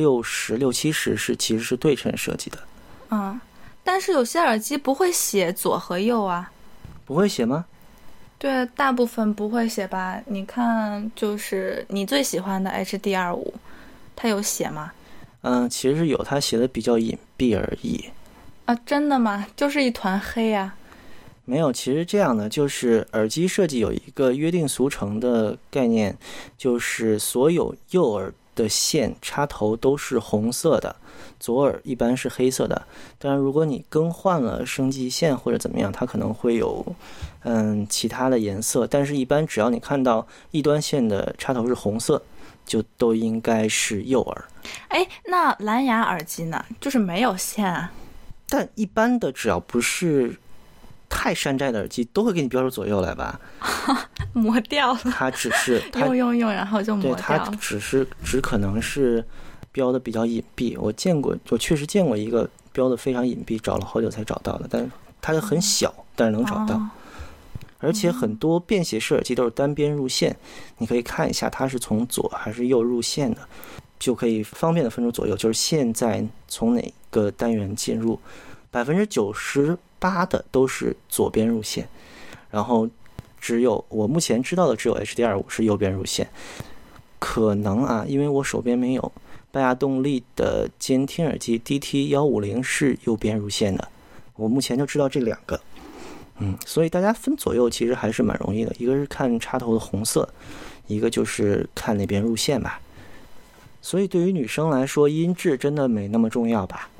60%-70%其实是对称设计的。 嗯，但是有些耳机不会写左和右啊。 不会写吗？ 对，大部分不会写吧？你看，就是你最喜欢的 HD25， 它有写吗？ 其实是有，它写的比较隐蔽而已。 啊，真的吗？就是一团黑啊。 没有，其实这样的，就是耳机设计有一个约定俗成的概念，就是所有右耳的线插头都是红色的，左耳一般是黑色的。当然如果你更换了升级线或者怎么样，它可能会有其他的颜色，但是一般只要你看到一端线的插头是红色，就都应该是右耳。 哎，那蓝牙耳机呢？就是没有线啊。 但一般的只要不是太山寨的耳机都会给你标出左右来吧。 磨掉了。 它只是用然后就磨掉了。 对，它只可能是标的比较隐蔽。我确实见过一个标的非常隐蔽，找了好久才找到的，但是它很小，但是能找到。而且很多便携式耳机都是单边入线，你可以看一下它是从左还是右入线的，就可以方便的分出左右，就是现在从哪个单元进入。98%的都是左边入线，然后我目前知道的只有 HD25 是右边入线。可能啊，因为我手边没有，拜亚动力的监听耳机 DT150 是右边入线的，我目前就知道这两个。所以大家分左右其实还是蛮容易的，一个是看插头的红色，一个就是看那边入线吧。所以对于女生来说，音质真的没那么重要吧？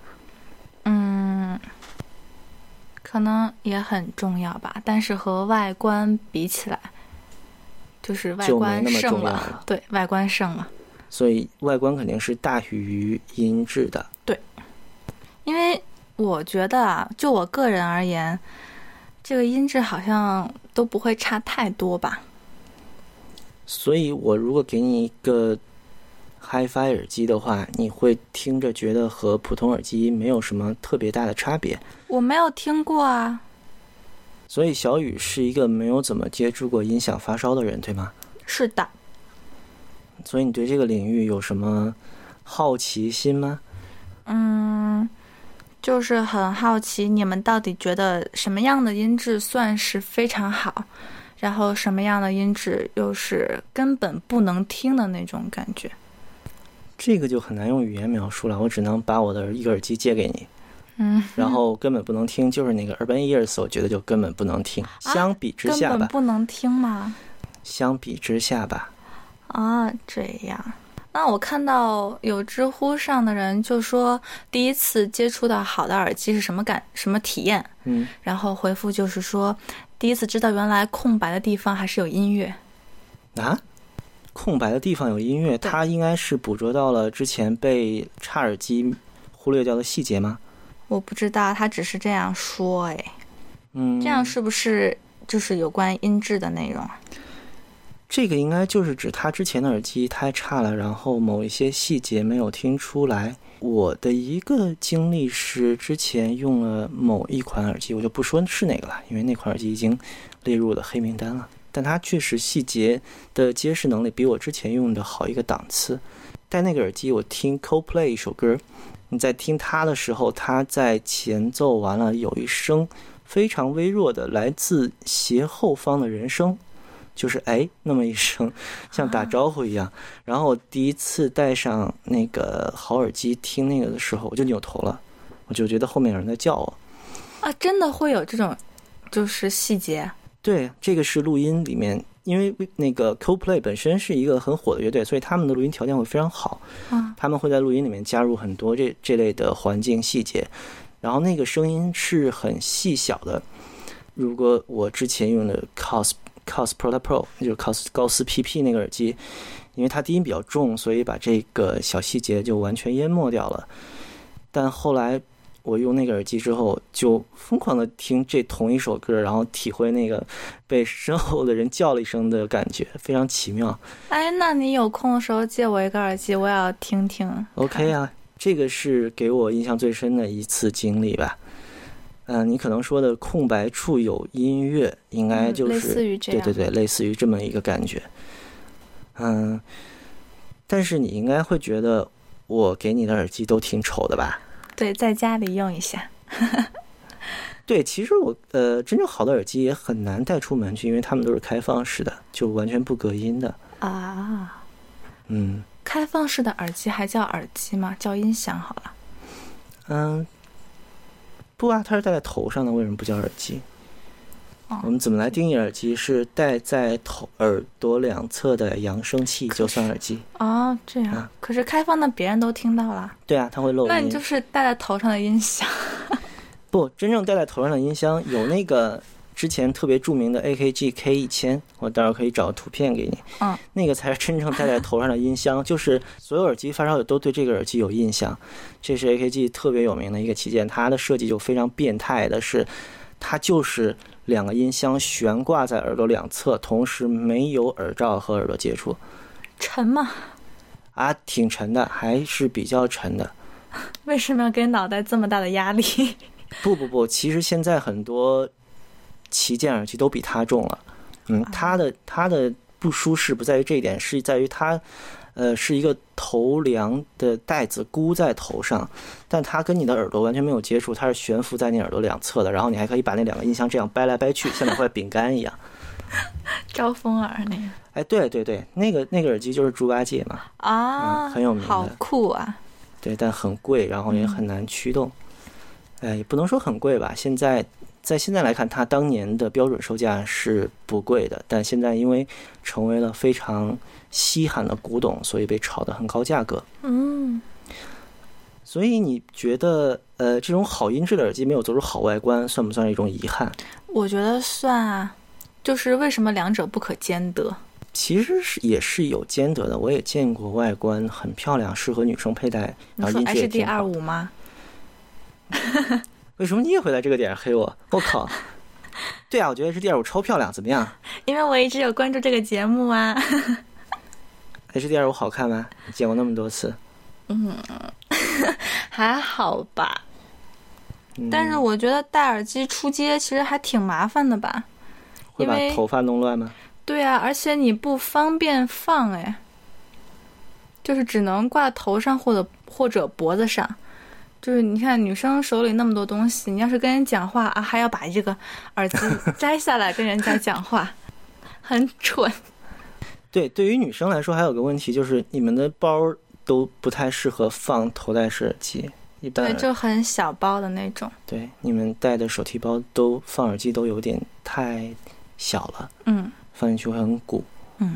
可能也很重要吧，但是和外观比起来，就是外观胜了。对，外观胜了。 所以外观肯定是大于音质的。 对，因为我觉得啊，就我个人而言，这个音质好像都不会差太多吧。 所以我如果给你一个 Hi-Fi 耳机的话，你会听着觉得和普通耳机没有什么特别大的差别。 我没有听过啊。 所以小雨是一个没有怎么接触过音响发烧的人，对吗？ 是的。 所以你对这个领域有什么好奇心吗？ 就是很好奇你们到底觉得什么样的音质算是非常好，然后什么样的音质又是根本不能听的那种感觉。 这个就很难用语言描述了，我只能把我的一个耳机借给你，然后根本不能听，就是那个 Urban Ears， 我觉得就根本不能听。相比之下吧， 根本不能听吗？ 相比之下吧。 这样。那我看到有知乎上的人就说，第一次接触到好的耳机是什么体验？然后回复就是说，第一次知道原来空白的地方还是有音乐。 啊？空白的地方有音乐，它应该是捕捉到了之前被插耳机忽略掉的细节吗？ 我不知道，他只是这样说。这样是不是就是有关音质的内容？ 这个应该就是指他之前的耳机太差了，然后某一些细节没有听出来。 我的一个经历是之前用了某一款耳机，我就不说是哪个了，因为那款耳机已经列入了黑名单了，但它确实细节的揭示能力比我之前用的好一个档次。戴那个耳机我听 Coldplay 一首歌，你在听它的时候，它在前奏完了有一声非常微弱的来自斜后方的人声，就是哎那么一声，像打招呼一样。然后我第一次戴上那个好耳机听那个的时候，我就扭头了，我就觉得后面有人在叫我啊！真的会有这种就是细节？ 对，这个是录音里面，因为那个 Coldplay 本身是一个很火的乐队，所以他们的录音条件会非常好。他们会在录音里面加入很多这类的环境细节，然后那个声音是很细小的。如果我之前用的 COS Pro Pro 就是高斯 PP 那个耳机，因为它低音比较重，所以把这个小细节就完全淹没掉了。但后来我用那个耳机之后，就疯狂的听这同一首歌，然后体会那个被身后的人叫了一声的感觉，非常奇妙。 哎，那你有空的时候借我一个耳机，我也要听听。 OK 啊，这个是给我印象最深的一次经历吧。你可能说的空白处有音乐，应该就是类似于这样， 对，类似于这么一个感觉。但是你应该会觉得我给你的耳机都挺丑的吧？ 对，在家里用一下。 对，其实我真正好的耳机也很难带出门去，因为它们都是开放式的，就完全不隔音的啊。开放式的耳机还叫耳机吗？叫音响好了。 不啊，它是戴在头上的，为什么不叫耳机？我们怎么来定义耳机？是戴在耳朵两侧的扬声器就算耳机。 哦，这样。可是开放的别人都听到了。 对啊，它会漏音。 那你就是戴在头上的音响。 不，真正戴在头上的音箱有那个之前特别著名的 AKG K1000，我待会儿可以找图片给你。那个才是真正戴在头上的音箱，就是所有耳机发烧友都对这个耳机有印象。这是 AKG 特别有名的一个旗舰，它的设计就非常变态的是，它就是两个音箱悬挂在耳朵两侧，同时没有耳罩和耳朵接触。 沉吗？ 啊，挺沉的，还是比较沉的。 为什么要给脑袋这么大的压力？ 不，其实现在很多旗舰耳机都比它重了。它的不舒适不在于这一点，是在于它是一个头梁的带子箍在头上，但它跟你的耳朵完全没有接触，它是悬浮在你耳朵两侧的，然后你还可以把那两个音箱这样掰来掰去，像两块饼干一样。 招风耳那个。 哎，对，那个耳机就是猪八戒嘛。很有名的。 好酷啊。 对，但很贵，然后也很难驱动。也不能说很贵吧，在现在来看，它当年的标准售价是不贵的，但现在因为成为了非常稀罕的古董，所以被炒得很高价格。所以你觉得这种好音质的耳机没有做出好外观，算不算一种遗憾？ 我觉得算啊，就是为什么两者不可兼得？ 其实也是有兼得的，我也见过外观很漂亮，适合女生佩戴。 你说 HD25 吗？ 为什么你也会在这个点上黑我？我靠！对啊，我觉得 HD25 超漂亮，怎么样？ 因为我一直有关注这个节目啊。 HD25 好看吗？你见过那么多次？ 还好吧。但是我觉得戴耳机出街其实还挺麻烦的吧？ 会把头发弄乱吗？ 对啊，而且你不方便放，就是只能挂头上或者脖子上。就是你看女生手里那么多东西，你要是跟人讲话啊，还要把这个耳机摘下来跟人家讲话，很蠢。 对于女生来说还有个问题，就是你们的包都不太适合放头戴式耳机，一般对，就很小包的那种。 对，你们带的手提包都放耳机都有点太小了，放进去会很鼓。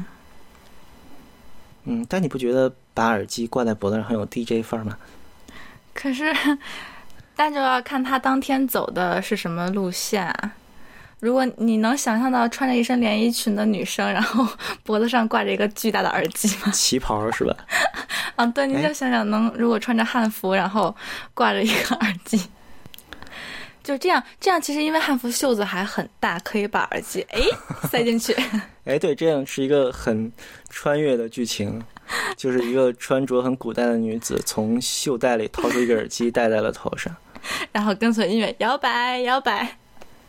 但你不觉得把耳机挂在脖子上很有 DJ 范儿吗？ 可是那就要看他当天走的是什么路线啊。如果你能想象到穿着一身连衣裙的女生，然后脖子上挂着一个巨大的耳机吗？ 旗袍是吧？ 对，你就想想如果穿着汉服，然后挂着一个耳机，就这样其实因为汉服袖子还很大，可以把耳机塞进去。 对，这样是一个很穿越的剧情。 就是一个穿着很古代的女子从袖袋里掏出一个耳机戴在了头上， 然后跟随音乐摇摆摇摆。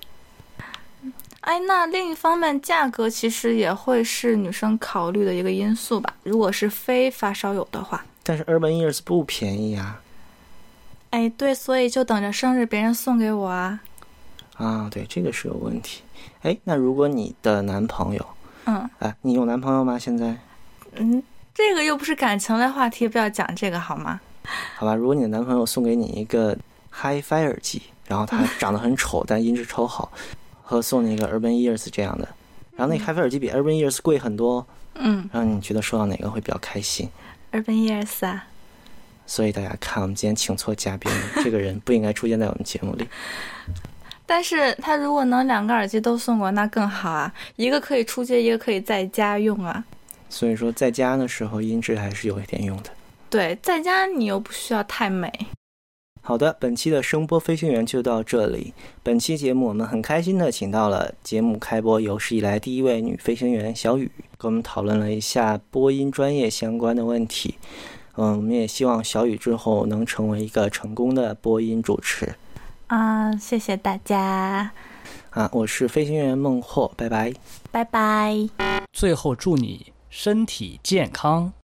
哎，那另一方面，价格其实也会是女生考虑的一个因素吧，如果是非发烧友的话。 但是 Urban Ears 不便宜啊。 哎，对，所以就等着生日别人送给我啊。 啊，对，这个是有问题。哎，那如果你的男朋友，你有男朋友吗？现在？ 这个又不是感情类话题，不要讲这个好吗？ 好吧，如果你的男朋友送给你一个 Hi-Fi 耳机，然后他长得很丑，但音质超好，和送你一个 Urban Ears 这样的，然后那个 Hi-Fi 耳机比 Urban Ears 贵很多，然后你觉得收到哪个会比较开心？ Urban Ears 啊。 所以大家看，我们今天请错嘉宾了，这个人不应该出现在我们节目里。 但是他如果能2个耳机都送过，那更好啊，一个可以出街，一个可以在家用啊。 所以说在家的时候音质还是有一点用的。 对，在家你又不需要太美。 好的，本期的声波飞行员就到这里。本期节目我们很开心的请到了节目开播有史以来第一位女飞行员小雨，跟我们讨论了一下播音专业相关的问题。我们也希望小雨之后能成为一个成功的播音主持。 谢谢大家。 我是飞行员孟获，拜拜。 拜拜。 最后祝你身体健康。